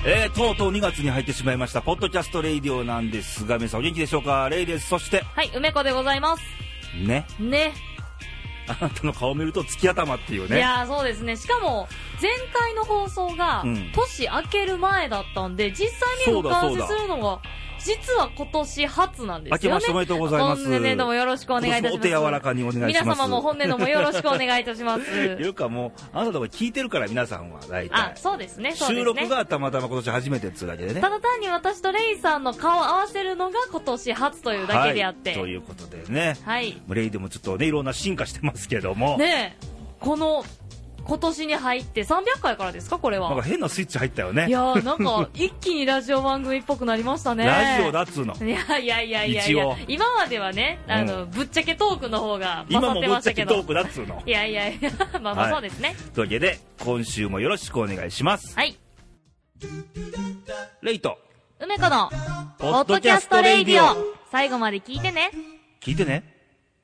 とうとう2月に入ってしまいましたポッドキャストレイディオなんですが、皆さんお元気でしょうか。レイです。そしてはい、梅子でございますね。あなたの顔を見ると月頭っていうね。 いやー、そうですね。しかも前回の放送が年明ける前だったんで、実際にお顔合わせするのが実は今年初なんですよね。 明けましておめでとうございます。 本年度もよろしくお願いいたします。 お手柔らかにお願いします。 皆様も本年度もよろしくお願いいたします。 いうかもうあなたとか聞いてるから皆さんは大体。 あ、そうですね。 収録がたまたま今年初めてっていうだけでね。 ただ単に私とレイさんの顔を合わせるのが今年初というだけであって。 はい、ということでね。 はい。 レイでもちょっとねいろんな進化してますけども。 ねえ、今年に入って300回からですか、これは。 なんか変なスイッチ入ったよね。 いやー、なんか一気にラジオ番組っぽくなりましたね。 ラジオだっつうの。 いや今まではね、ぶっちゃけトークの方が勝ってましたけど。 今もぶっちゃけトークだっつうの。 いやまあそうですね。 というわけで今週もよろしくお願いします。 はい。 レイと梅子のポッドキャストレイディオ、最後まで聞いてね。 聞いてね。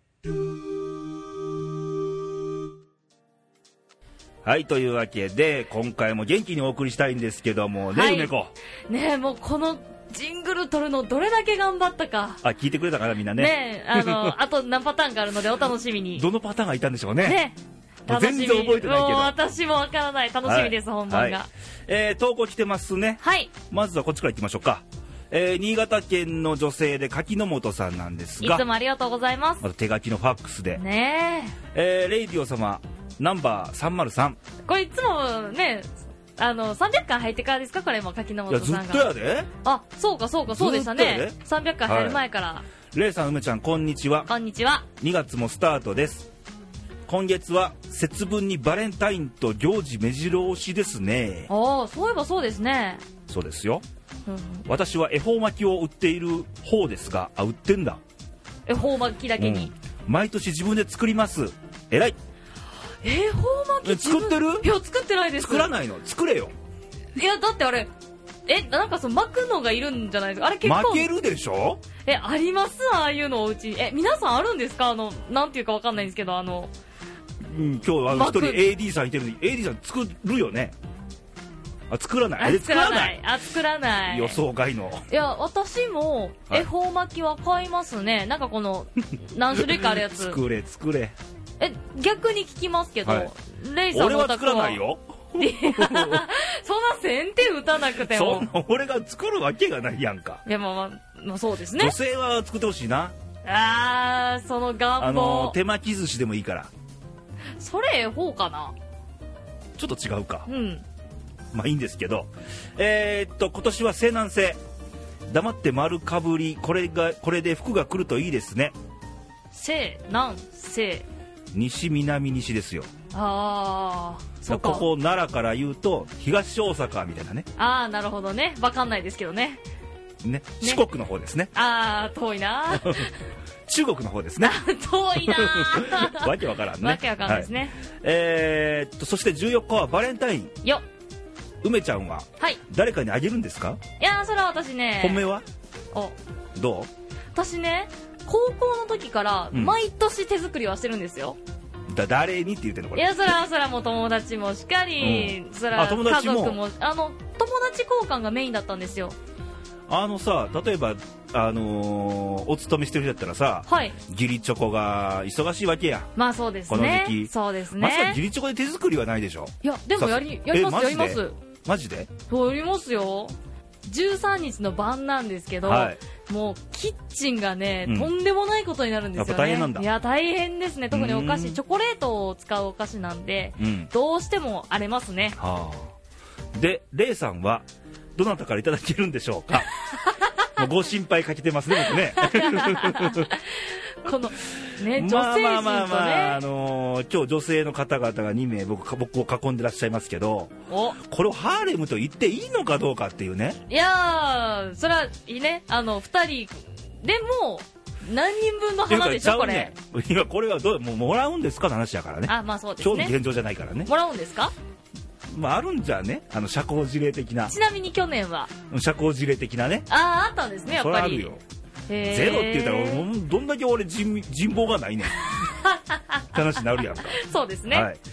はい、というわけで今回も元気にお送りしたいんですけどもね、梅子ねえ、もうこのジングル撮るのどれだけ頑張ったか。 聞いてくれたかなみんなね。 ねえ、あと何パターンかあるのでお楽しみに。 どのパターンがいたんでしょうね。 ねえ、 全然覚えてないけど。 もう私もわからない。楽しみです、本番が。 投稿来てますね。 はい。 まずはこっちから行きましょうか。新潟県の女性で柿本さんなんですが、 いつもありがとうございます。 また手書きのファックスでねレイディオ様ナンバー303。 これいつもね、300回入ってからですか、これも柿本さんが。 いやずっとやで。 あ、そうかそうでしたね。300回入る前から。 レイさん、梅ちゃん、こんにちは。 こんにちは。 2月もスタートです。今月は節分にバレンタインと行事目白押しですね。 ああ、そういえばそうですね。 そうですよ。私は恵方巻きを売っている方ですが、売ってんだ。 恵方巻きだけに、 毎年自分で作ります。えらい。 恵方巻き作ってる？ いや、作ってないです。 作らないの？作れよ。 いや、だってあれ、なんか巻くのがいるんじゃないですか。あれ結構巻けるでしょ。 あります？ああいうのおうちに。皆さんあるんですか？なんていうかわかんないんですけど、今日は一人 AD さんいてるのに AD さん作るよね。作らない。 作らない。 予想外の。 いや、私も恵方巻きは買いますね。なんかこの何種類かあるやつ。 作れ。 逆に聞きますけど、レイさんのお宅は。 俺は作らないよ。 そんな先手打たなくても。 そんな俺が作るわけがないやんか。 いや、まあそうですね。 女性は作ってほしいな。 その願望。 手巻き寿司でもいいから。 それ恵方かな。 ちょっと違うか。まあいいんですけど、今年は西南西、黙って丸かぶり、これで服が来るといいですね。西南西、西南西ですよ。そうか。ここ奈良から言うと東大阪みたいなね。 なるほどね。わかんないですけどね。 四国の方ですね。 遠いな。 中国の方ですね。 遠いな。 わけわからんね。 わけわかんないですね。 そして14日はバレンタイン。 よっ。 梅ちゃんは誰かにあげるんですか？ いや、それは私ね。 本命はどう？ 私ね、高校の時から毎年手作りはしてるんですよ。 誰にって言ってんのこれ。 いや、それはもう友達もしっかり、それは家族も、友達交換がメインだったんですよ。 さ、例えばお勤めしてる人だったらさ、義理チョコが忙しいわけや。 まあそうですね。この時期。そうですね。 まさか義理チョコで手作りはないでしょ。 いや、でもやります。 マジで？ やりますよ。13日の晩なんですけど、もうキッチンがね、とんでもないことになるんですよね。 やっぱ大変なんだ。 いや、大変ですね。特にお菓子、チョコレートを使うお菓子なんで、どうしても荒れますね。 で、レイさんはどなたからいただけるんでしょうか？もうご心配かけてますね、僕ね。 このね、女性陣とね、 今日女性の方々が2名僕を囲んでらっしゃいますけど、これをハーレムと言っていいのかどうかっていうね。 いやー、それはいいね。2人でも何人分の花でしょ、これ。 今これはもうもらうんですかの話だからね。 まあそうですね。 今日の現状じゃないからね。 もらうんですか？ あるんじゃね、社交辞令的な。 ちなみに去年は社交辞令的なね。 あったんですね、やっぱり。 それあるよ。ゼロって言ったらどんだけ俺人望がないねんって話になるやんか。 そうですね。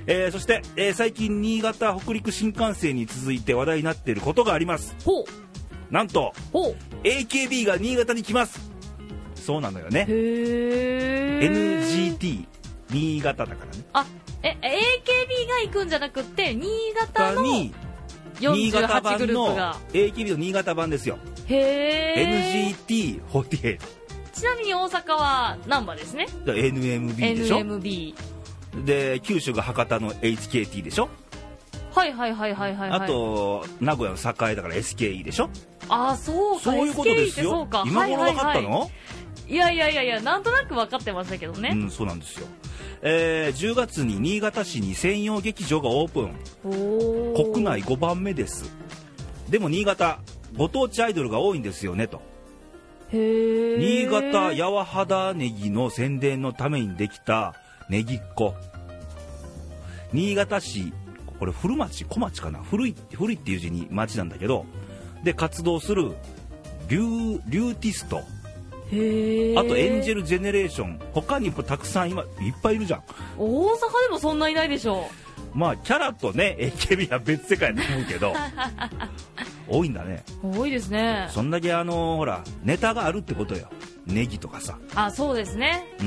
そして、最近新潟北陸新幹線に続いて話題になっていることがあります。 ほう。 なんとほう AKB が新潟に来ます。そうなのよね。 へー。 NGT 新潟だからね。 あ、AKB が行くんじゃなくて新潟のに 48グループが AKB の新潟版ですよ。 へー。 NGT48。 ちなみに大阪は難波ですね。 NMB でしょ。 NMB で九州が博多の HKT でしょ。 はいはいはいはいはい、はい、 あと名古屋の栄だから SKE でしょ。 あ、そうか。 そういうことですよ。 そうか。 今頃分かったの？ はいはいはい、いやいやいやいや、なんとなく分かってましたけどね。 うん、そうなんですよ。10月に新潟市に専用劇場がオープン。国内5番目です。でも新潟ご当地アイドルが多いんですよねと。 へー。 新潟八幡肌ネギの宣伝のためにできたネギっ子。新潟市、これ古町小町かな、古いっていう字に町なんだけど、で活動するリューティスト、 へー。 あとエンジェルジェネレーション、他にもたくさん今いっぱいいるじゃん。 大阪でもそんないないでしょう。まあキャラとね AKB は別世界だと思うけど多いんだね。 多いですね。 そんだけほらネタがあるってことよ。ネギとかさ。 あ、そうですね。 うん。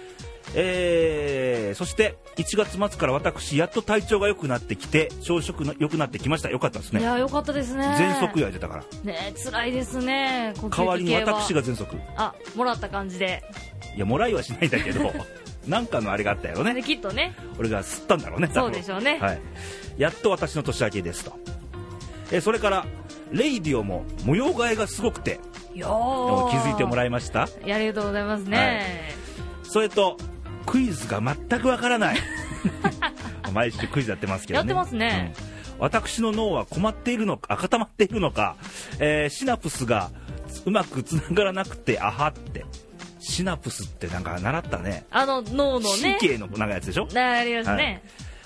そして1月末から私やっと体調が良くなってきて朝食良くなってきました。良かったですね。 いや、良かったですね。 喘息やってたからね。辛いですね。 代わりに私が喘息。 あ、もらった感じで。 いや、もらいはしないんだけどなんかのあれがあったよね。 きっとね。 俺が吸ったんだろうね。 そうでしょうね。 はい。やっと私の年明けですと。それからレイディオも模様替えがすごくて、気づいてもらいました。 ありがとうございますね。はい、 それとクイズが全くわからない毎週クイズやってますけどね。 やってますね。 私の脳は困っているのか固まっているのか、シナプスがうまくつながらなくて、あはって。シナプスってなんか習ったね。 脳のね、 神経の長いやつでしょ。 ありますね。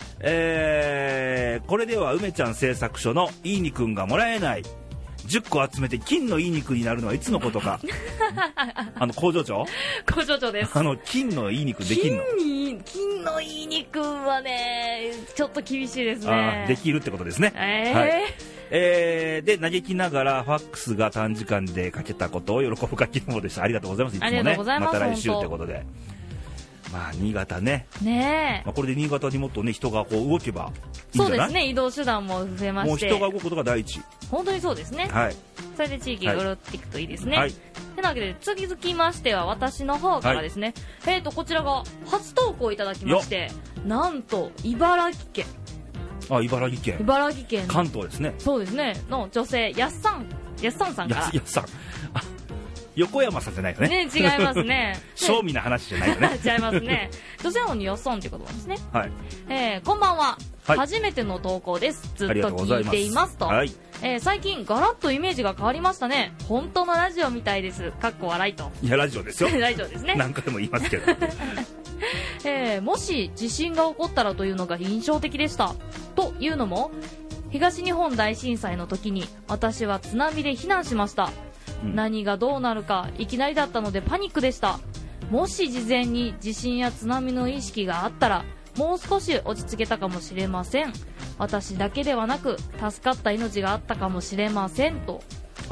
これでは梅ちゃん製作所のいい肉がもらえない。10個集めて金のいい肉になるのはいつのことか工場長です金のいい肉できんの？ 金のいい肉はねちょっと厳しいですね。 できるってことですね。はい。で嘆きながらファックスが短時間でかけたことを喜ぶ書き物でした。ありがとうございます。いつもね。また来週ってことで。まあ新潟ね。まあ、これで新潟にもっとね人がこう動けばいいんじゃない？そうですね。 移動手段も増えまして。 もう人が動くことが第一。 本当にそうですね。 はい。 それで地域が潤っていくといいですね。 はい。 てなわけで続きましては私の方からですね。はい、こちらが初投稿いただきまして、なんと茨城県。 あ、茨城県。関東ですね。 そうですね。の女性やっさんさんから。 やっさん。横山さんじゃないよね。 違いますね。 正味な話じゃないよね。 違いますね。女性のにやっさんっていうことなんですね。 はい。 こんばんは。 はい、 初めての投稿です。ずっと聞いていますと。はい。最近ガラッとイメージが変わりましたね。本当のラジオみたいです。かっこ笑いと。 いやラジオですよ。 ラジオですね。 何回も言いますけど。 もし地震が起こったらというのが印象的でした。というのも東日本大震災の時に私は津波で避難しました。何がどうなるかいきなりだったのでパニックでした。もし事前に地震や津波の意識があったらもう少し落ち着けたかもしれません。私だけではなく助かった命があったかもしれませんと。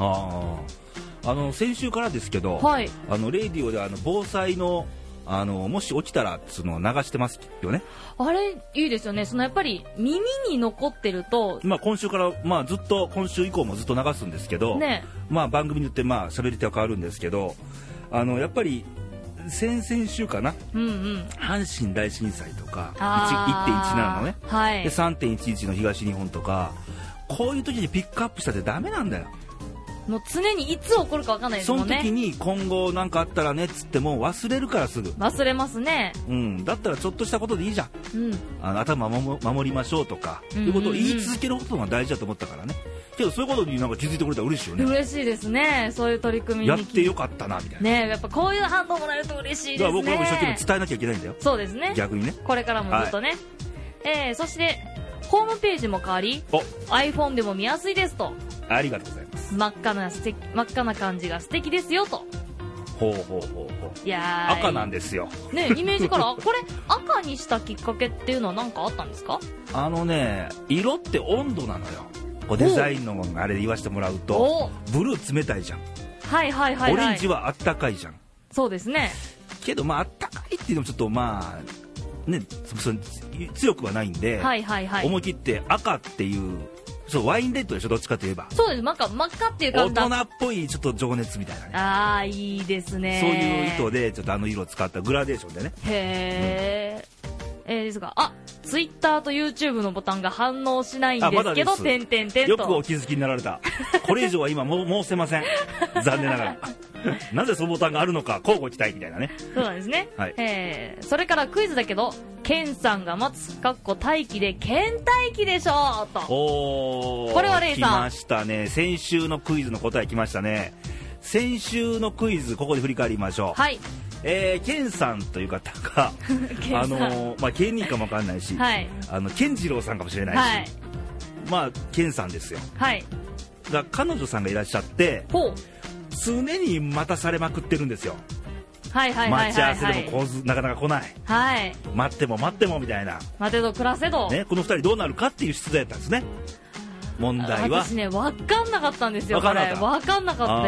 先週からですけど、 はい、 レイディオで防災のもし起きたらつの流してますよね。 あれいいですよね。やっぱり耳に残ってると、 まあ、今週から、まあ、ずっと今週以降もずっと流すんですけど、 ね、 まあ、番組によってまあ喋り手は変わるんですけど、やっぱり先々週かな、阪神大震災とか 1.17 のね、 はい、 で 3.11 の東日本とかこういう時にピックアップしたってダメなんだよ。 もう常にいつ起こるか分かんないですもんね。 その時に今後何かあったらねっつっても忘れるからすぐ忘れますね。 だったらちょっとしたことでいいじゃん。頭守りましょうとか、いうことを言い続けることが大事だと思ったからね。けどそういうことになんか気づいてくれたら嬉しいよね。 嬉しいですね。そういう取り組みにやってよかったなみたいなね。やっぱこういう反応もらえると嬉しいですね。 だから僕らも一生懸命伝えなきゃいけないんだよ。 そうですね。 逆にね。 これからもずっとね。そしてホームページも変わり iPhone でも見やすいですと。 ありがとうございます。 真っ赤な感じが素敵ですよと。 ほうほうほうほう。 いや赤なんですよね。イメージからこれ赤にしたきっかけっていうのは何かあったんですか？ 色って温度なのよ。こうデザインのあれで言わせてもらうと、ブルー冷たいじゃん。 はいはいはい、はい、 オレンジはあったかいじゃん。 そうですね。 けどあったかいっていうのもちょっとね、強くはないんで、 はいはいはい、 思い切って赤っていうワインレッドでしょ、どっちかといえば。 そうです。真っ赤っていうか大人っぽいちょっと情熱みたいなね。 ああ、いいですね。 そういう意図でちょっと色を使ったグラデーションでね。 へえ、ですが、ツイッターと YouTube のボタンが反応しないんですけど、点々点と。 よくお気づきになられた。これ以上は今申せません。残念ながら。なぜそのボタンがあるのか交互期待みたいなね。 そうなんですね。 はい、 それからクイズだけど、ケンさんが待つ待機でケン待機でしょと。 これはレイさん。 来ましたね。先週のクイズの答え来ましたね。先週のクイズここで振り返りましょう。 はい。 ケンさんという方がケン人かもわかんないし、 はい、 ケンジロウさんかもしれないし、はい、ケンさんですよ。 はい。 が彼女さんがいらっしゃって、常に待たされまくってるんですよ。 はいはいはいはい、はい、 待ち合わせでもなかなか来ない、 はい、 待ってもみたいな、 待てど暮らせど、 ね、この2人どうなるかっていう出題だったんですね。問題は私ね、分かんなかったんですよ。分かんなかった。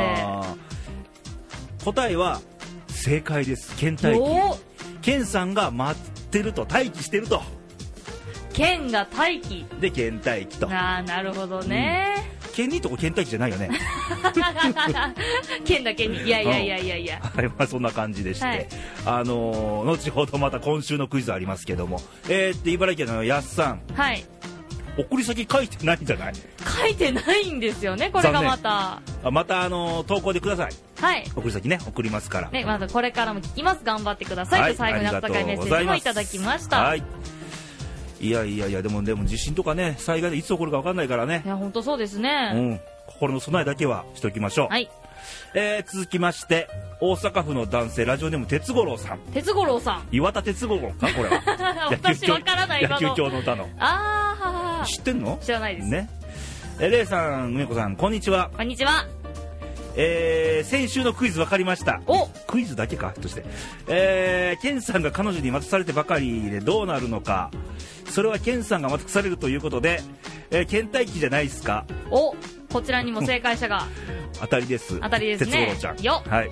答えは正解です。ケン待機。ケンさんが待ってると、待機してると。 ケンが待機でケン待機と。 なるほどね。 ケンにとこケン待機じゃないよね。 ケンだけに、いや。 はい、そんな感じでして、はい、後ほどまた今週のクイズありますけども、茨城県のやっさん、 はい、 送り先書いてないんじゃない？ 書いてないんですよね。これがまた投稿でください。はい、送り先ね、送りますからね。まずこれからも聞きます、頑張ってください、はい、と最後に温かいメッセージもいただきました。はい、 いやでも地震とかね、災害でいつ起こるか分かんないからね。 いや本当そうですね、 心の備えだけはしておきましょう。はい、続きまして大阪府の男性、ラジオネーム鉄五郎さん。 鉄五郎さん、 岩田鉄五郎かこれは。 私分からない。 野球教の歌の。知ってんの？ 知らないですね。レイさん、梅子さん、こんにちは。 こんにちは。 先週のクイズ分かりました。クイズだけかとして、ケンさんが彼女に待たされてばかりでどうなるのか。それはケンさんが待たされるということで、ケン待機じゃないですか。 こちらにも正解者が当たりです。 当たりですね。 鉄五郎ちゃん。はい。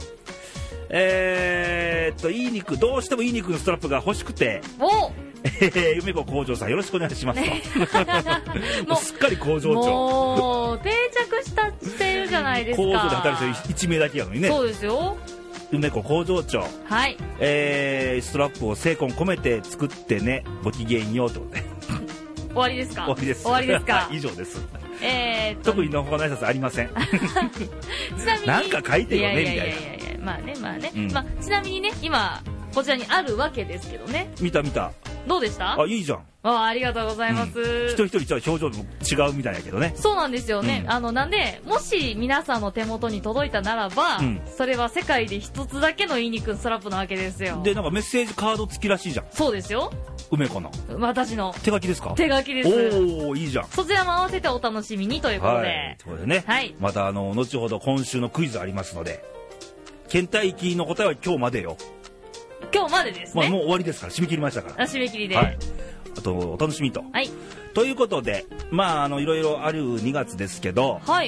いい肉、どうしてもいい肉のストラップが欲しくて、梅子工場さんよろしくお願いします、ね、もうすっかり工場長、 もう定着してるじゃないですか。 工場で働いてる1名だけやのにね。 そうですよ。 梅子工場長、 はい、 ストラップを精魂込めて作ってね、ごきげんようと終わりですか？ 終わりです。 終わりですか？ 以上です。特にの他の挨拶ありません。 ちなみになんか書いてよねみたいな。 ちなみにね、今こちらにあるわけですけどね。 見たどうでした？ いいじゃん。 ありがとうございます。 一人表情も違うみたいやけどね。 そうなんですよね。なんでもし皆さんの手元に届いたならば、それは世界で一つだけのいい肉ストラップなわけですよ。 で、なんかメッセージカード付きらしいじゃん。 そうですよ。 梅子の私の手書きですか？ 手書きです。 いいじゃん。 そちらも合わせてお楽しみにということで、 ということでね、はい、また後ほど今週のクイズありますので、ケン待機の答えは今日までよ。 今日までですね。 もう終わりですから、締め切りましたから。 締め切りで、 はい、あとお楽しみと、 はい、 ということで、いろいろある2月ですけど、 はい、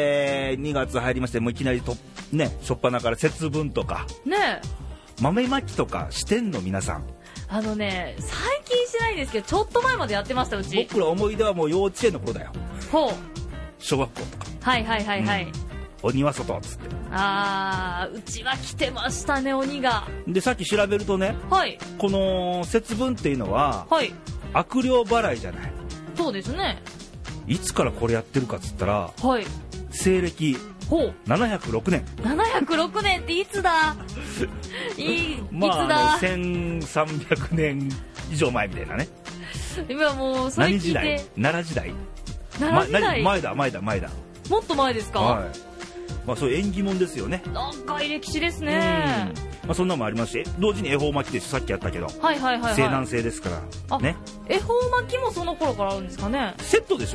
2月入りまして、もういきなり初っ端から節分とかね、 豆まきとかしてんの皆さん？ 最近してないんですけど、ちょっと前までやってました。うち僕ら思い出はもう幼稚園の頃だよ。小学校とか、はい、鬼は外っつって、 うちは来てましたね、鬼が。 でさっき調べるとね、 はい、 この節分っていうのは、はい、悪霊払いじゃない。 そうですね。 いつからこれやってるかっつったら、 はい、 西暦706年。 706年っていつだ？いつだ ？1300年以上前みたいなね。 今もうそれ聞いて。 奈良時代前だ。 もっと前ですか？はい、 そういう縁起物ですよね。 長い歴史ですね。 そんなのもありますし、同時に恵方巻きです。さっきやったけど、 はい、西南西ですからね。 恵方巻きもその頃からあるんですかね。 セットでしょ。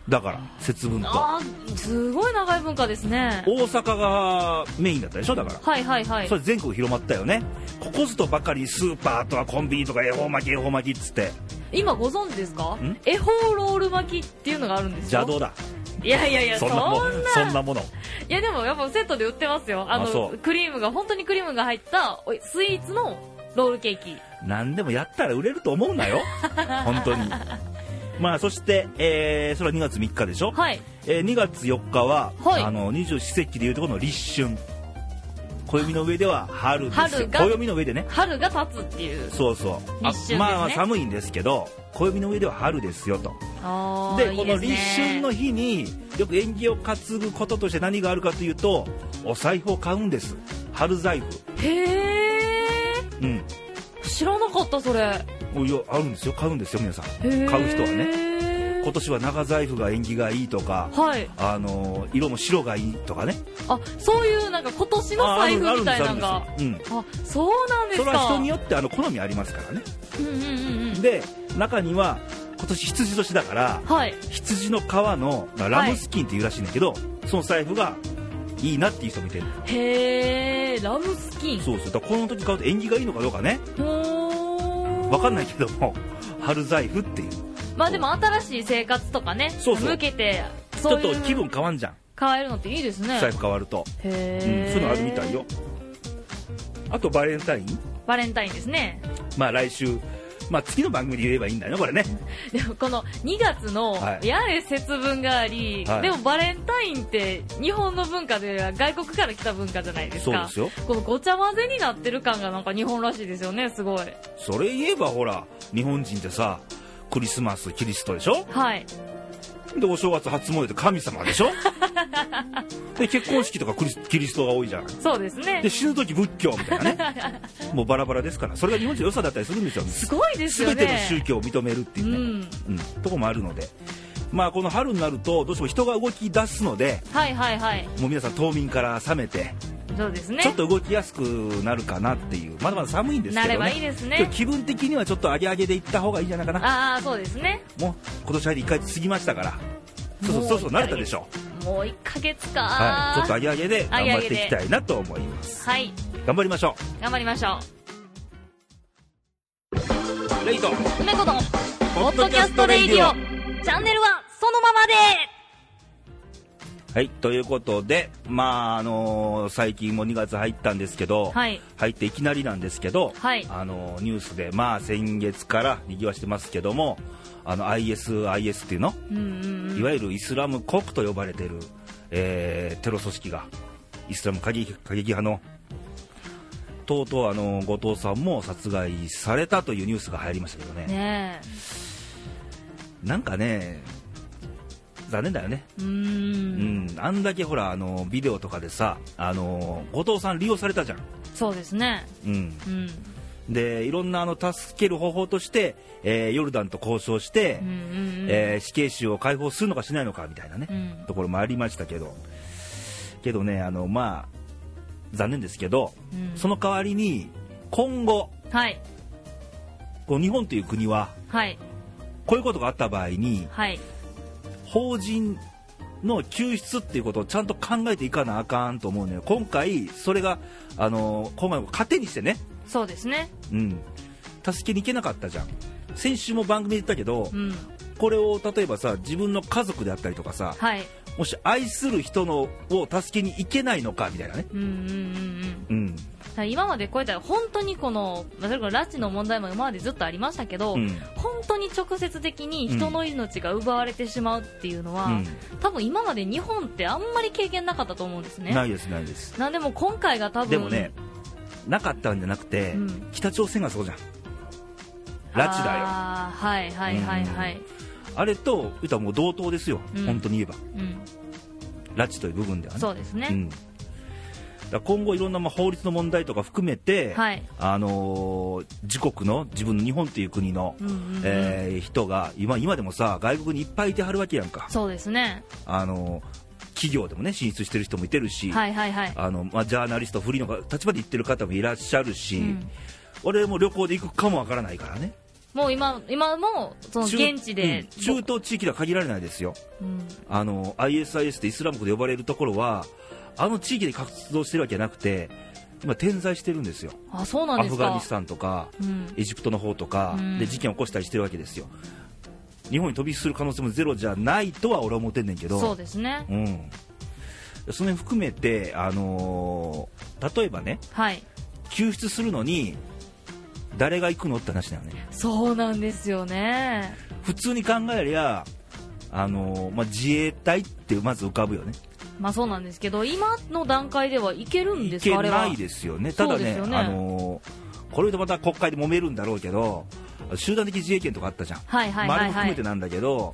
だから節分とすごい長い文化ですね。 大阪がメインだったでしょ。だからはいはいはい。 それ全国広まったよね。ここぞとばかりスーパーとかコンビニとか恵方巻きっつって。 今ご存知ですか？恵方ロール巻きっていうのがあるんですよ。 邪道だ。 いやそんなもの。 いやでもやっぱセットで売ってますよ。クリームが本当にクリームが入ったスイーツのロールケーキ。 何でもやったら売れると思うなよ本当に。まあそして、それは2月3日でしょ。 はい。 2月4日は、 はい、 二十四節気でいうところの立春。暦の上では春ですよ。暦の上でね。 春が経つっていう。 そうそう。 立春ですね。 まあ寒いんですけど、暦の上では春ですよと。でこの立春の日によく縁起を担ぐこととして何があるかというと、お財布を買うんです。春財布。 へー。知らなかったそれ。いやあるんですよ。買うんですよ皆さん。買う人はね。今年は長財布が縁起がいいとか、 はい、 色も白がいいとかね。 そういうなんか今年の財布みたいなのが。そうなんですか。 それは人によって好みありますからね。で中には今年羊年だから、はい、羊の皮のラムスキンっていうらしいんだけど、その財布がいいなっていう人もいてる。 へー、ラムスキン。 そうだからこの時買うと縁起がいいのかどうかね分かんないけども、春財布っていう。 まあでも新しい生活とかね、向けてちょっと気分変わんじゃん。 変えるのっていいですね。 財布変わると。 へー、 そういうのあるみたいよ。あとバレンタイン。 バレンタインですね。 まあ来週、次の番組で言えばいいんだよこれね。 でもこの2月のやれ節分があり、でもバレンタインって日本の文化では外国から来た文化じゃないですか。 そうですよ。 このごちゃ混ぜになってる感がなんか日本らしいですよね。すごい。 それ言えばほら日本人ってさ、クリスマスキリストでしょ。 はい。 でお正月初詣って神様でしょで結婚式とかキリストが多いじゃない。 そうですね。 で死ぬ時仏教みたいなねもうバラバラですから、それが日本人の良さだったりするんですよ。 すごいですよね。 全ての宗教を認めるっていうね、とこもあるので、この春になるとどうしても人が動き出すので、 はいはいはい、 もう皆さん冬眠から覚めて、 そうですね、 ちょっと動きやすくなるかなっていう。まだまだ寒いんですけどね。 なればいいですね。 気分的にはちょっと上げでいった方がいいんじゃないかな。 そうですね。 もう今年入り1回過ぎましたから、そう慣れたでしょ。 もう1ヶ月か、 はい、ちょっと上げで頑張っていきたいなと思います。 はい、 頑張りましょう。 頑張りましょう。レイト梅子のポッドキャストレイディオ、チャンネルはそのままで。 はい、ということで、最近も2月入ったんですけど、 はい、 入っていきなりなんですけど、 はい、 ニュースで先月から賑わしてますけども、IS っていうの、いわゆるイスラム国と呼ばれている、テロ組織が、イスラム過激派のとうとう後藤さんも殺害されたというニュースが入りましたけど ね、なんかね残念だよね。あんだけほらビデオとかでさ、後藤さん利用されたじゃん。 そうですね。 でいろんな助ける方法として、ヨルダンと交渉して、死刑囚を解放するのかしないのかみたいなね、ところもありましたけどね、残念ですけど、その代わりに今後、こう日本という国は、こういうことがあった場合に、邦人の救出っていうことをちゃんと考えていかなあかんと思うのよ。今回それが今回も糧にしてね。 そうですね、 助けに行けなかったじゃん。先週も番組で言ったけど、これを例えばさ、自分の家族であったりとかさ、もし愛する人を助けに行けないのかみたいなね。 今までこういった本当にこの拉致の問題も今までずっとありましたけど、本当に直接的に人の命が奪われてしまうっていうのは、多分今まで日本ってあんまり経験なかったと思うんですね。 ないですないです。 なんでも今回が多分でもね、なかったんじゃなくて、北朝鮮がそうじゃん。拉致だよ。あれと言ったらもう同等ですよ、本当に言えば、拉致という部分ではね。 そうですね、 だ今後いろんな法律の問題とか含めて、自国の自分の日本という国の、人が今でもさ、外国にいっぱいいてはるわけやんか。 そうですね。 企業でもね進出してる人もいてるし、ジャーナリストフリーの立場で言ってる方もいらっしゃるし、俺も旅行で行くかもわからないからね。 もう今もその現地で、 中東地域では限られないですよ、ISIS でイスラム国で呼ばれるところは地域で活動してるわけじゃなくて今点在してるんですよ。 あ、そうなんですか。 アフガニスタンとか、エジプトの方とか、で事件を起こしたりしてるわけですよ。日本に飛び火する可能性もゼロじゃないとは俺は思ってんねんけど。 そうですね、 その辺含めて、例えばね、はい、救出するのに誰が行くのって話だよね。 そうなんですよね。 普通に考えりゃ自衛隊ってまず浮かぶよね。 まあそうなんですけど、今の段階ではいけるんですか。 いけないですよね。ただね、これでまた国会で揉めるんだろうけど、集団的自衛権とかあったじゃん、あれも含めてなんだけど、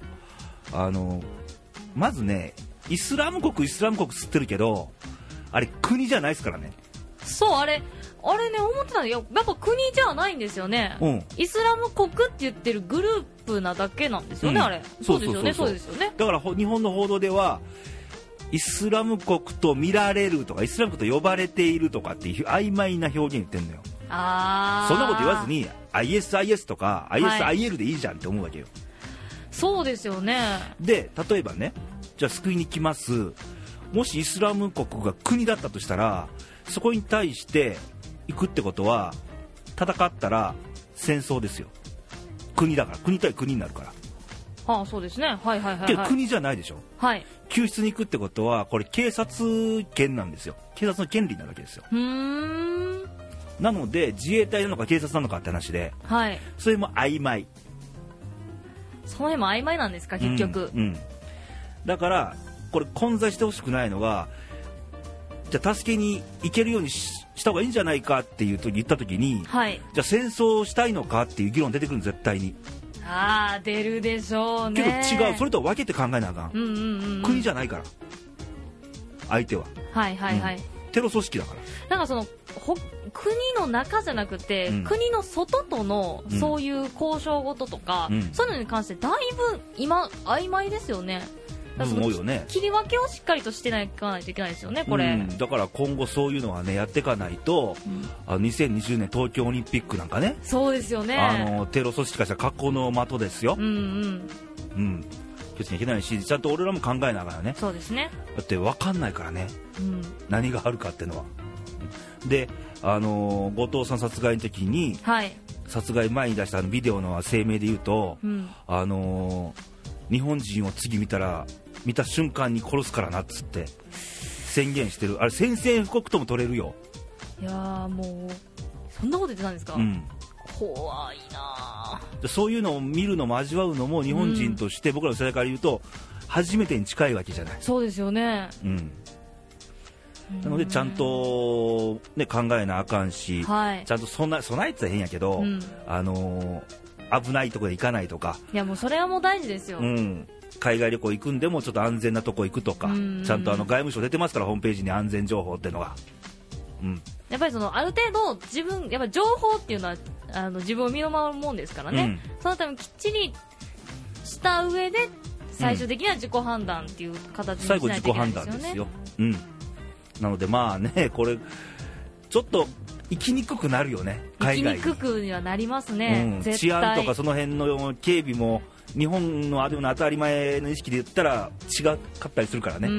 まずね、イスラム国吸ってるけど、あれ国じゃないですからね。 そう、あれね、思ってたのよ。やっぱ国じゃないんですよね、イスラム国って言ってるグループなだけなんですよね、あれ。そうですよね、そうですよね。 だから日本の報道ではイスラム国と見られるとかイスラム国と呼ばれているとかっていう曖昧な表現言ってんのよ。そんなこと言わずに ISIS とか ISIL でいいじゃんって思うわけよ、 そうですよね。で例えばね、じゃあ救いに来ます。もしイスラム国が国だったとしたら、そこに対して行くってことは戦ったら戦争ですよ。国だから、国対国になるから。 そうですね。はいはいはい、はい、 けど国じゃないでしょ。 はい。 救出に行くってことはこれ警察権なんですよ。警察の権利になるわけですよ。なので自衛隊なのか警察なのかって話で、はい、それも曖昧。 その辺も曖昧なんですか結局、 だからこれ混在してほしくないのが、じゃあ助けに行けるようにした方がいいんじゃないかって言った時に、はい、じゃあ戦争したいのかっていう議論出てくるの絶対に。 出るでしょうね。 けど違う、それとは分けて考えなあかん、国じゃないから相手は。 はいはいはい、 テロ組織だから。 なんかその国の中じゃなくて、国の外とのそういう交渉事とか、そういうのに関してだいぶ今曖昧ですよね。 思うよね。 切り分けをしっかりとしていかないといけないですよねこれ、 だから今後そういうのはねやっていかないと、2020年東京オリンピックなんかね、 そうですよね、 テロ組織化した格好の的ですよ。気をつけなきゃいけないし、ちゃんと俺らも考えながらね。 そうですね。 だって分かんないからね、何があるかっていうのは。で、後藤さん殺害の時に、殺害前に出したビデオの声明で言うと、日本人を次見た瞬間に殺すからなっつって宣言してる。あれ宣戦布告とも取れるよ。 いやー、もうそんなこと言ってたんですか、怖いな。 そういうのを見るのも味わうのも日本人として僕らの世代から言うと初めてに近いわけじゃない。 そうですよね、 なのでちゃんと、ね、考えなあかんし、ちゃんと備えてたら変やけど、危ないところで行かないとか。 いやもうそれはもう大事ですよ、 海外旅行行くんでもちょっと安全なとこ行くとか、ちゃんと外務省出てますからホームページに安全情報っていうのが、 やっぱりある程度やっぱ情報っていうのは自分を身を守るもんですからね、そのためにきっちりした上で最終的には自己判断っていう形にしないといけないですよね。最後自己判断ですよ、なのでまあね、これちょっと行きにくくなるよね、海外に。行きにくくにはなりますね、絶対。 治安とかその辺の警備も日本の当たり前の意識で言ったら違かったりするからね、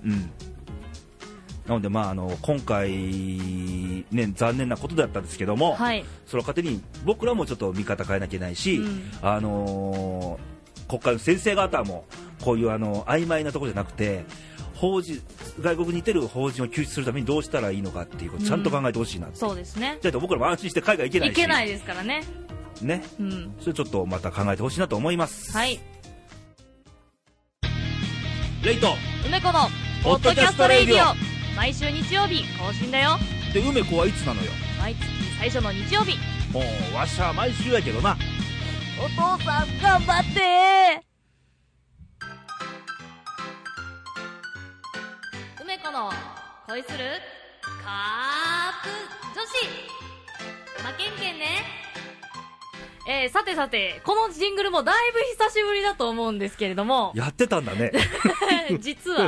なので、今回、ね、残念なことだったんですけども、その糧に僕らもちょっと見方変えなきゃいけないし、国会の先生方もこういう曖昧なところじゃなくて、外国にいてる法人を救出するためにどうしたらいいのかっていうことをちゃんと考えてほしいなって、 そうですね。 じゃあ僕らも安心して海外行けないし、 行けないですからね。 ね、それちょっとまた考えてほしいなと思います。 はい。 レイと梅子のポッドキャストレイディオ、毎週日曜日更新だよ。 で、梅子はいつなのよ。 毎月最初の日曜日。 もうわしは毎週やけどな。 お父さん頑張ってー。梅子の恋するカープ女子負けんけんね。さてさて、このジングルもだいぶ久しぶりだと思うんですけれども、 やってたんだね実は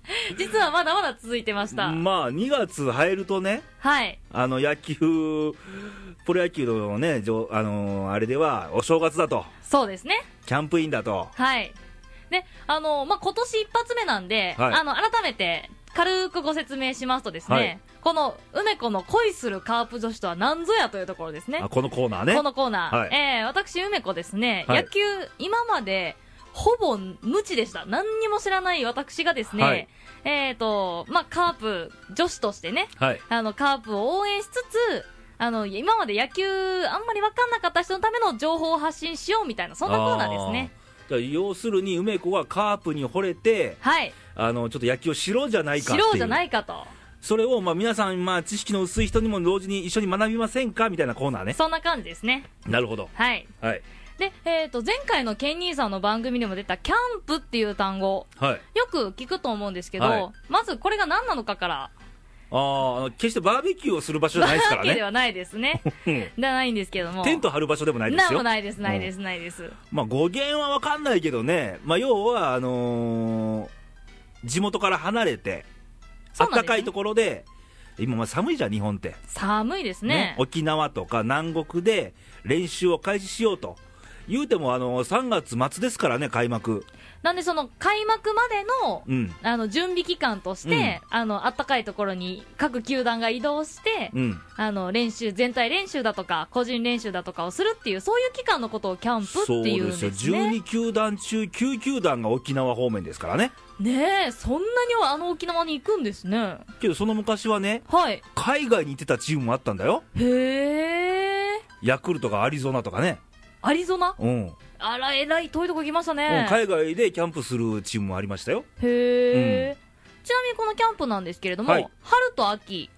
実はまだまだ続いてました。 まあ2月入るとね、 はい、 野球、プロ野球のね、あれではお正月だと、 そうですね、 キャンプインだと、 はい。で、今年一発目なんで、 はい、 改めて軽くご説明しますとですね、はい、この梅子の恋するカープ女子とは何ぞやというところですね。 このコーナーね。 このコーナー。はい、私、梅子ですね、はい、野球、今まで、ほぼ無知でした。何にも知らない私がですね、はい、カープ女子としてね、はい、カープを応援しつつ、今まで野球あんまり分かんなかった人のための情報を発信しようみたいな、そんなコーナーですね。 要するに梅子はカープに惚れて、はい、ちょっと野球を知ろうじゃないかっていう。 知ろうじゃないかと。 それを皆さん、知識の薄い人にも同時に一緒に学びませんかみたいなコーナーね。 そんな感じですね。 なるほど。 はい。はい。で、前回のケンニーさんの番組でも出たキャンプっていう単語、はい、よく聞くと思うんですけど、はい、まずこれが何なのかから。 決してバーベキューをする場所じゃないですからね。 バーベキューではないですね。ではないんですけども。 テント張る場所でもないですよ。 なんもないです、ないです、ないです。 語源は分かんないけどね、要は、地元から離れて、暖かいところで、今寒いじゃん、日本って。 寒いですね。 沖縄とか南国で練習を開始しようと。言うても3月末ですからね、開幕。 なんでその開幕までの、準備期間として、暖かいところに各球団が移動して、練習、全体練習だとか個人練習だとかをするっていう、そういう期間のことをキャンプっていうんですね。 そうですよ。12球団中9球団が沖縄方面ですからね。 ねえ、そんなに沖縄に行くんですね。 けどその昔はね、 はい、 海外に行ってたチームもあったんだよ。 へえ。 ヤクルトがアリゾナとかね。 アリゾナ？ うん。 あら、えらい遠いとこ来ましたね。 海外でキャンプするチームもありましたよ。 へえ、ちなみにこのキャンプなんですけれども、はい、春と秋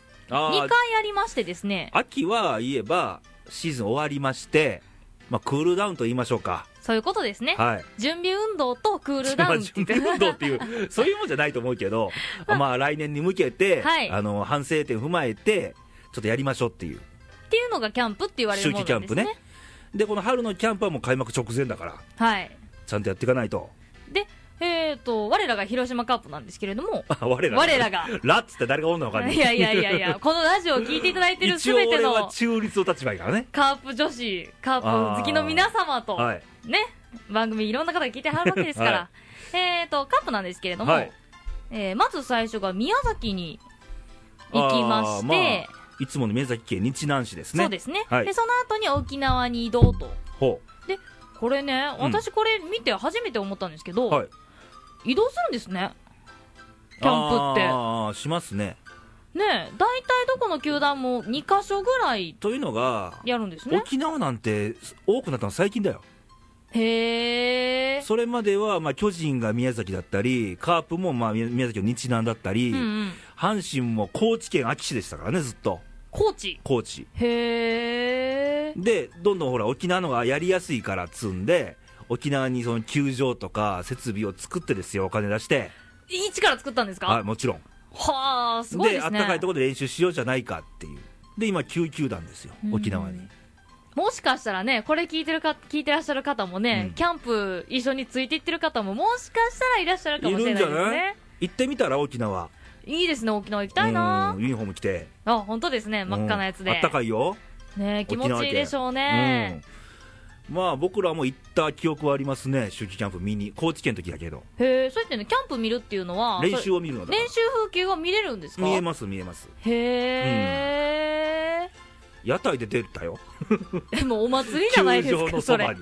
2回ありましてですね。 秋は言えばシーズン終わりまして、クールダウンと言いましょうか。 そういうことですね。 はい、 準備運動とクールダウンって準備運動っていうそういうもんじゃないと思うけど、来年に向けて、はい、反省点踏まえてちょっとやりましょうっていうのがキャンプって言われるものなんですね。 秋季キャンプね。でこの春のキャンプはもう開幕直前だから、はい、ちゃんとやっていかないと。 で、我らが広島カープなんですけれども、 我らがラッツって誰がおんのかね。 いやこのラジオを聞いていただいてるすべての一応俺は中立の立場からね、 カープ女子、カープ好きの皆様と、はい、ね、番組いろんな方が聞いてはるわけですから、はい、カープなんですけれども、はい、まず最初が宮崎に行きまして、 いつもの宮崎県日南市ですね。 そうですね、はい、でその後に沖縄に移動と。 ほうでこれね、私これ見て初めて思ったんですけど、はい、移動するんですね、キャンプって。 しますね。 ねえ、大体どこの球団も2カ所ぐらいというのがやるんですね。 沖縄なんて多くなったの最近だよ。 へえ。 それまでは巨人が宮崎だったり、カープも宮崎の日南だったり、阪神も高知県安芸市でしたからね、ずっと。 高知。 へえ。でどんどんほら沖縄のがやりやすいからっつんで、沖縄にその球場とか設備を作ってですよ、お金出して一から作ったんですか。 はい、もちろん。 はあ、すごいですね。 で、あったかいところで練習しようじゃないかっていう。で今9球団ですよ、沖縄に。 もしかしたらね、これ聞いてらっしゃる方もね、キャンプ一緒についていってる方ももしかしたらいらっしゃるかもしれないですね。いるんじゃない？ 行ってみたら沖縄。 いいですね、沖縄行きたいな。 ユニフォーム着て。 本当ですね、真っ赤なやつで。 あったかいよ。 ね、気持ちいいでしょうね。 僕らも行った記憶はありますね、秋季キャンプ見に。高知県の時だけど。 へえ、そうやってね、キャンプ見るっていうのは練習を見るのだ。 練習風景は見れるんですか？ 見えます。 へえ。 屋台で出たよ。 もうお祭りじゃないですか、 球場のそばに。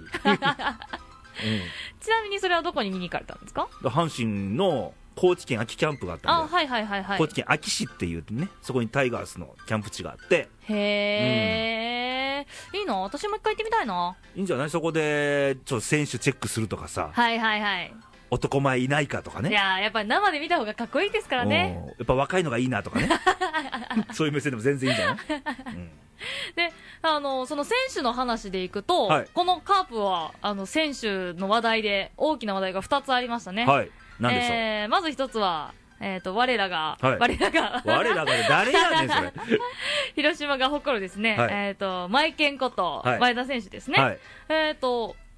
ちなみにそれはどこに見に行かれたんですか？ 阪神の高知県安芸キャンプがあったんで、高知県安芸市っていうね、そこにタイガースのキャンプ地があって。 へえ、いいな、私も一回行ってみたいな。 いいんじゃない？そこでちょっと選手チェックするとかさ、男前いないかとかね。 いや、やっぱり生で見た方がかっこいいですからね。 やっぱ若いのがいいなとかね。そういう目線でも全然いいんじゃない？ で、その選手の話でいくと、このカープは選手の話題で大きな話題が2つありましたね。 はい、何でしょう？ まず1つは、我らが誰やねんそれ。広島が誇るですね、マイケンこと前田選手ですね。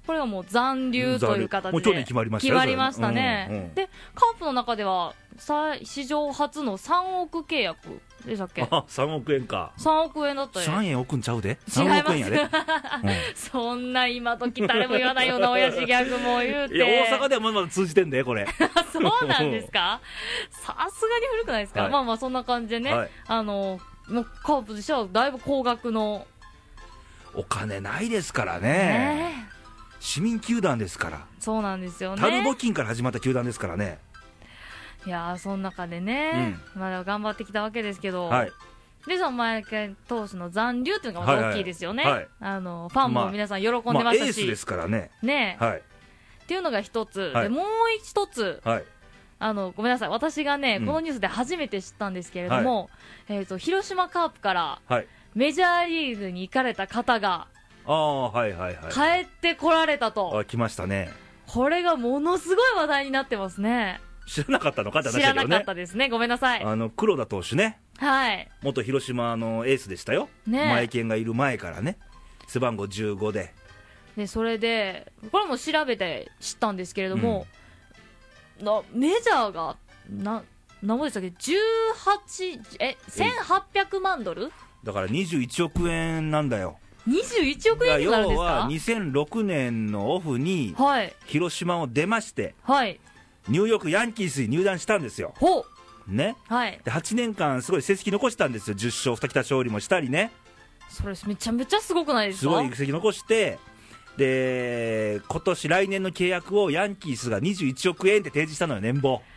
これはもう残留という形でもう去年決まりましたよ。 決まりましたね、でカープの中では史上初の3億契約でしたっけ。 3億円か。 3億円だったよ。 3円置くんちゃうで。 3 億円やで、 そんな今時誰も言わないような親父ギャグも言うて。 いや大阪ではまだ通じてんでこれそうなんですかさすがに古くないですか、まあまあそんな感じでね、もうカープとしてはだいぶ高額のお金ないですからね、市民球団ですから。 そうなんですよね。 タル募金から始まった球団ですからね。 いやーその中でね、まだ頑張ってきたわけですけど、でその前川投手の残留っていうのがまた大きいですよね、ファンも皆さん喜んでましたし、 エースですからね。 っていうのが一つ、でもう一つ、ごめんなさい、私がね、このニュースで初めて知ったんですけれども、広島カープからメジャーリーグに行かれた方が帰ってこられたと。 来ましたね。 これがものすごい話題になってますね。 知らなかったのかって話だ知けどね。 らなかったですね、ごめんなさい。 黒田投手ね、元広島のエースでしたよ、前健がいる前からね、背番号15で。 それでこれも調べて知ったんですけれども、メジャーが何ぼでしたっけ、1800万ドルだから21億円なんだよ。 21億円になるんですか。 要は2006年のオフに広島を出まして、ニューヨークヤンキースに入団したんですよ。ね、で8年間すごい成績残したんですよ。10勝2桁勝利もしたりね。 それめちゃめちゃすごくないですか。 すごい成績残して、で来年の契約をヤンキースが21億円って提示したのよ、年俸。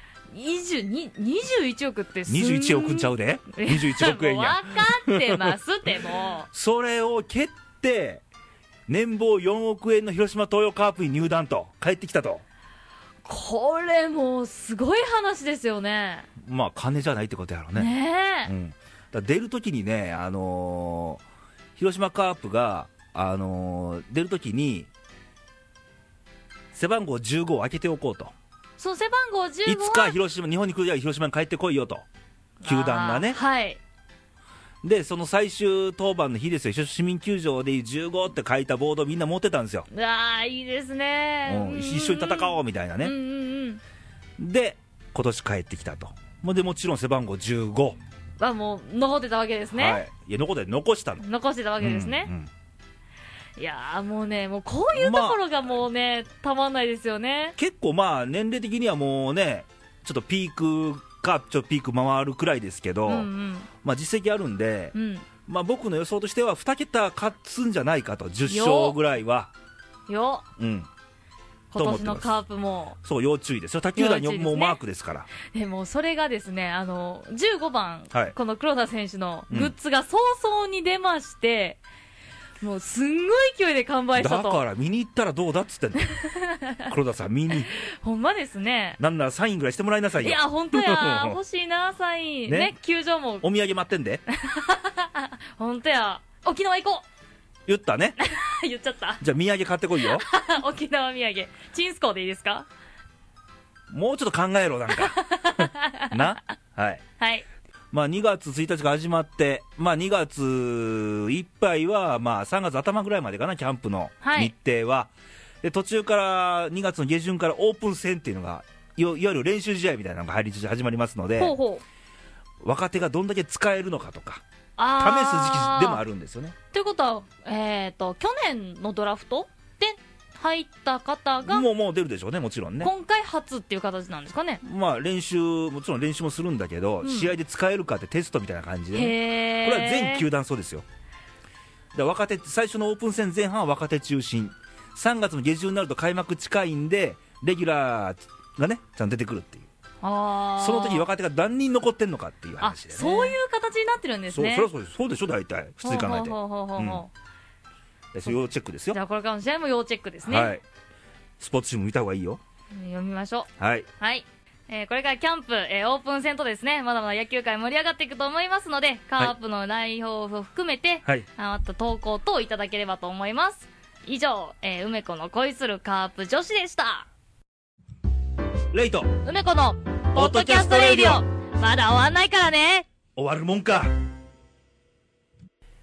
21億って 21億ちゃうで21億円や分かってますってもうそれを蹴って年俸4億円の広島東洋カープに入団と帰ってきたと。 これもうすごい話ですよね。 まあ金じゃないってことやろうね。だ出るときにね、広島カープが、出るときに背番号15を開けておこうと。 そう、背番号15はいつか日本に来るや広島に帰ってこいよと、球団がね。でその最終登板の日ですよ、市民球場で15って書いたボードをみんな持ってたんですよ。 いいですね、 一緒に戦おうみたいなね。で今年帰ってきたと。でもちろん背番号15 はもう残ってたわけですね。 いや残してたわけですね。いやもうね、もうこういうところがもうね、たまんないですよね。 結構年齢的にはもうね、ちょっとピーク回るくらいですけど、実績あるんで、僕の予想としては2桁勝つんじゃないかと、10勝ぐらいは。今年のカープもそう要注意ですよ。他球団にもうマークですから。 でもそれがですね、15番、この黒田選手のグッズが早々に出まして、もうすんごい勢いで完売したと。 だから見に行ったらどうだっつってんの黒田さん見にほんまですね。 なんならサインぐらいしてもらいなさいよ。 いや本当や欲しいなサインね。球場もお土産待ってんで本当や。沖縄行こう言ったね言っちゃった。 じゃあ土産買ってこいよ沖縄土産チンスコーでいいですか。 もうちょっと考えろなんかな。2月1日が始まって、2月いっぱいは、3月頭ぐらいまでかな、キャンプの日程は。で途中から2月の下旬からオープン戦っていうのが、いわゆる練習試合みたいなのが始まりますので、若手がどんだけ使えるのかとか、試す時期でもあるんですよね。 ということは、去年のドラフトで入った方がもう出るでしょうね、もちろんね。 今回初っていう形なんですかね。 もちろん練習もするんだけど、試合で使えるかってテストみたいな感じで、ね、これは全球団そうですよ。若手、最初のオープン戦前半は若手中心、3月の下旬になると開幕近いんでレギュラーがねちゃんと出てくるっていう。その時若手が何人残ってんのかっていう話でね。 そういう形になってるんですね。 そうでしょ、大体普通に考えて。要チェックですよ。 じゃあこれからの試合も要チェックですね。 スポーツ紙も見た方がいいよ。 読みましょう。 はい、 これからキャンプ、オープン戦とですね、まだまだ野球界盛り上がっていくと思いますので、カープの代表を含めて、また投稿等いただければと思います。以上、梅子の恋するカープ女子でした。 レイト梅子のポッドキャストレイディオ、まだ終わんないからね。 終わるもんか。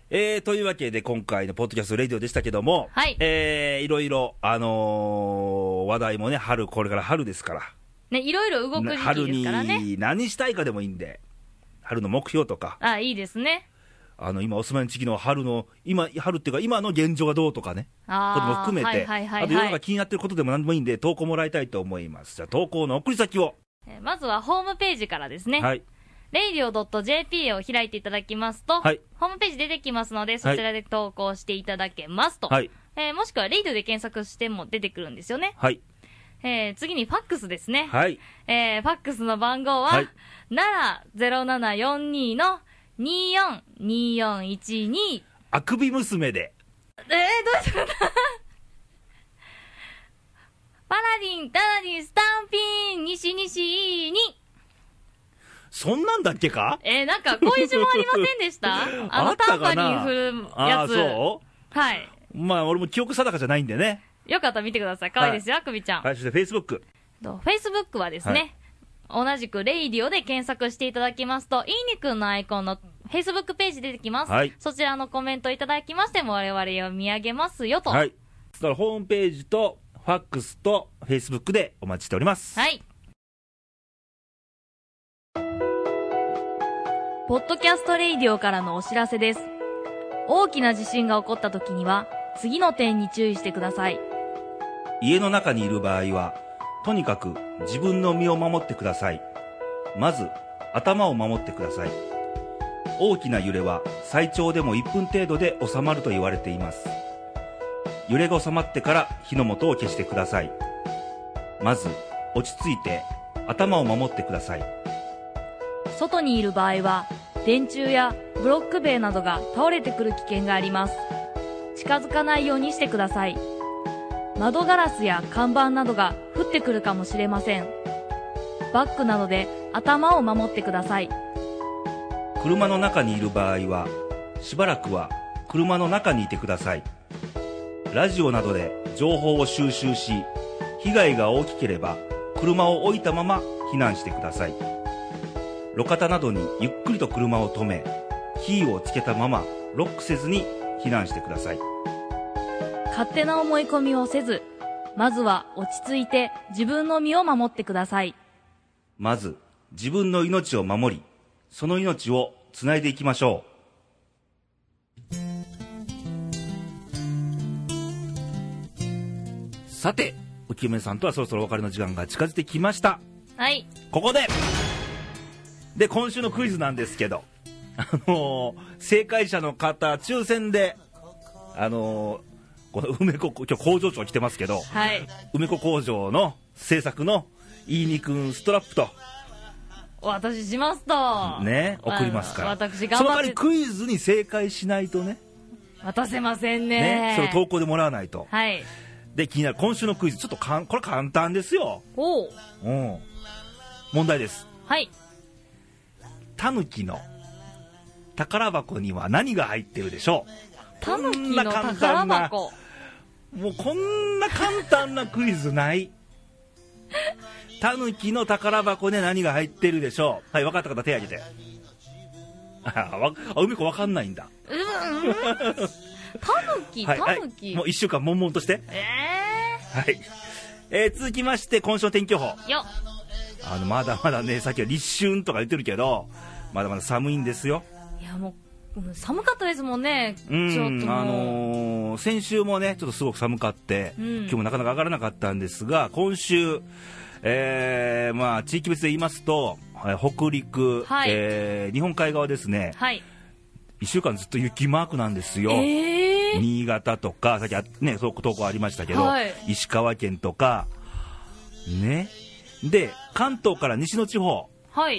というわけで今回のポッドキャストレディオでしたけども、 はい、 いろいろ、話題もね、これから春ですからね、いろいろ動く時期ですからね。 春に何したいかでもいいんで、春の目標とか、 いいですね。 今お住まいの地域の春っていうか今の現状がどうとかね、ことも含めて、あと世の中気になってることでも何でもいいんで投稿もらいたいと思います。じゃあ投稿の送り先を、 まずはホームページからですね。 はい、 radio.jp を開いていただきますと、 はい、 ホームページ出てきますので、そちらで投稿していただけますと、はい、もしくは radio で検索しても出てくるんですよね。 はい、 次にファックスですね。 はい、 ファックスの番号は、はい、0742の242412。 あくび娘で。 どうしようかパラディン、タラディン、スタンピン、西に。 そんなんだっけか？ なんか、こういう字もありませんでしたタンパリン振るやつ。 そう？ はい。 まあ、俺も記憶定かじゃないんでね。 よかったら見てください。可愛いですよ、あくびちゃん。 はい、そして Facebook。 Facebook はですね、同じくレイディオで検索していただきますと、いいにくんのアイコンの Facebook ページ出てきます。はい。そちらのコメントいただきましても我々を見上げますよと。 はい。だからホームページとファックスと Facebook でお待ちしております。 はい。ポッドキャストレイディオからのお知らせです。大きな地震が起こった時には、次の点に注意してください。 家の中にいる場合は、とにかく自分の身を守ってください。まず、頭を守ってください。大きな揺れは最長でも1分程度で収まると言われています。揺れが収まってから火の元を消してください。まず、落ち着いて頭を守ってください。 外にいる場合は、電柱やブロック塀などが倒れてくる危険があります。近づかないようにしてください。窓ガラスや看板などが降ってくるかもしれません。バッグなどで頭を守ってください。 車の中にいる場合は、しばらくは車の中にいてください。ラジオなどで情報を収集し、被害が大きければ車を置いたまま避難してください。路肩などにゆっくりと車を止め、キーをつけたままロックせずに避難してください。 勝手な思い込みをせず、まずは落ち着いて自分の身を守ってください。 まず自分の命を守り、その命をつないでいきましょう。さて、浮世目さんとはそろそろお別れの時間が近づいてきました。 はい。 ここで今週のクイズなんですけど、正解者の方抽選でこの梅子、今日工場長来てますけど、 はい、 梅子工場の制作のいいにくんストラップとお渡ししますとね、送りますから。 私頑張って、 その代わりクイズに正解しないとね、 渡せません ね。 それを投稿でもらわないと。 はい。 で、気になる今週のクイズ、ちょっとこれ簡単ですよ。 おう。 問題です。 はい。 タヌキの宝箱には何が入ってるでしょう。 タヌキの宝箱。 もうこんな簡単なクイズないタヌキの宝箱で何が入ってるでしょう。はい、分かった方手挙げて。梅子分かんないんだ。 タヌキ、 はい、 タヌキ、 もう1週間悶々として。はい。続きまして今週の天気予報よ。 まだまだね、さっきは立春とか言ってるけど、まだまだ寒いんですよ。 いや、もう寒かったですもんね。ちょっと先週もねちょっとすごく寒かって、今日もなかなか上がらなかったんですが、今週、まあ地域別で言いますと、北陸、 はい、 日本海側ですね、 はい、 1週間ずっと雪マークなんですよ。新潟とか、さっきね投稿ありましたけど、はい、石川県とかね。で、関東から西の地方、 はい、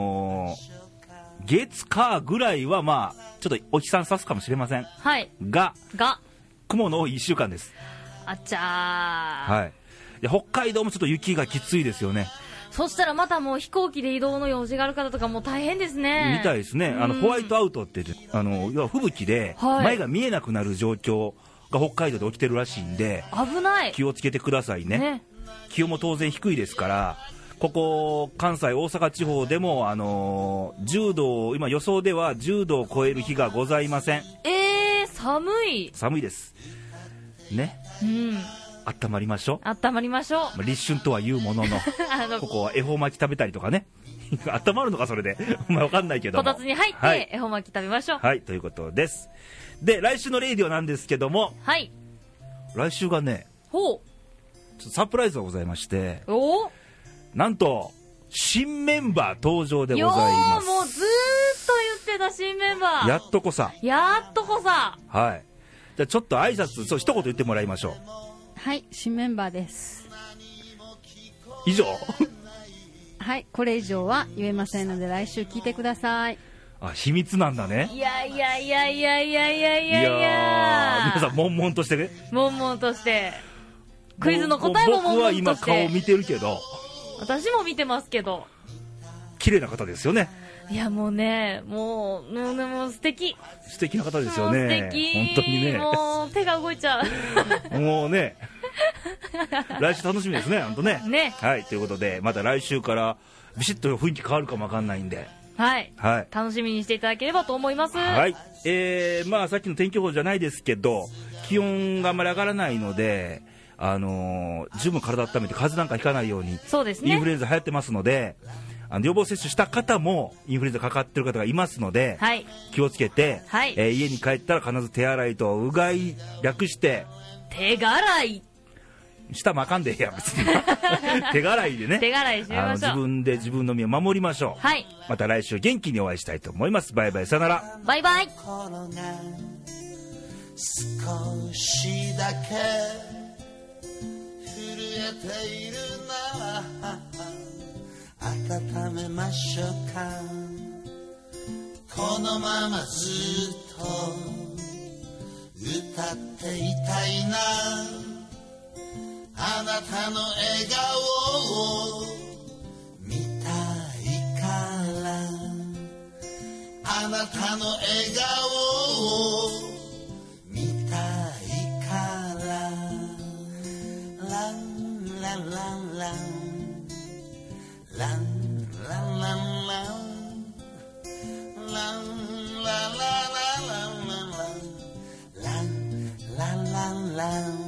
月火ぐらいはまあちょっとお日さん差すかもしれません、 はい、 が雲の多い1週間です。 あっちゃー、 はい、で北海道もちょっと雪がきついですよね。 そしたらまたもう飛行機で移動の用事がある方とかも大変ですね。 みたいですね。ホワイトアウトって要は吹雪で前が見えなくなる状況が北海道で起きてるらしいんで、 危ない、 気をつけてください ね。気温も当然低いですから、 ここ関西大阪地方でも、10度、今予想では10度を超える日がございません。 寒いですね。温まりましょう。 温まりましょう。 立春とは言うもののここは恵方巻き食べたりとかね温まるのかそれでお前わかんないけども、 こたつに入って恵方巻き食べましょう。 はい、ということです。で、来週のレイディオなんですけども、 はい、 来週がね、ちょっとサプライズがございまして、なんと新メンバー登場でございます。 もうずーっと言ってた新メンバー、 やっとこさ。 はい、じゃあちょっと挨拶、一言言ってもらいましょう。 はい、新メンバーです。 以上はい、これ以上は言えませんので来週聞いてください。 秘密なんだね。 いや皆さん悶々としてね、 クイズの答えも悶々として、 僕は今顔見てるけど、 私も見てますけど、 綺麗な方ですよね。 いやもうね、もう素敵な方ですよね。本当にね、 もう手が動いちゃうもうね来週楽しみですね、本当ね。はい、ということでまた来週からビシッと雰囲気変わるかもわかんないんで、 はい、楽しみにしていただければと思います。 はい、さっきの天気予報じゃないですけど、気温があんまり上がらないので、十分体温めて風邪なんかひかないように。 そうですね、 インフルエンザ流行ってますので、予防接種した方もインフルエンザかかってる方がいますので、気をつけて、家に帰ったら必ず手洗いとうがい、略して手洗いしたらあかんでや別に手洗いでね、 手洗いしましょう。 自分で自分の身を守りましょう。また来週元気にお会いしたいと思います。バイバイ、さよなら。 バイバイ。 少しだけ震えているな、温めましょうか。このままずっと歌っていたいな、あなたの笑顔を見たいから、あなたの笑顔を見たいから、ランランランランランランランランランランランランランランランランランランラン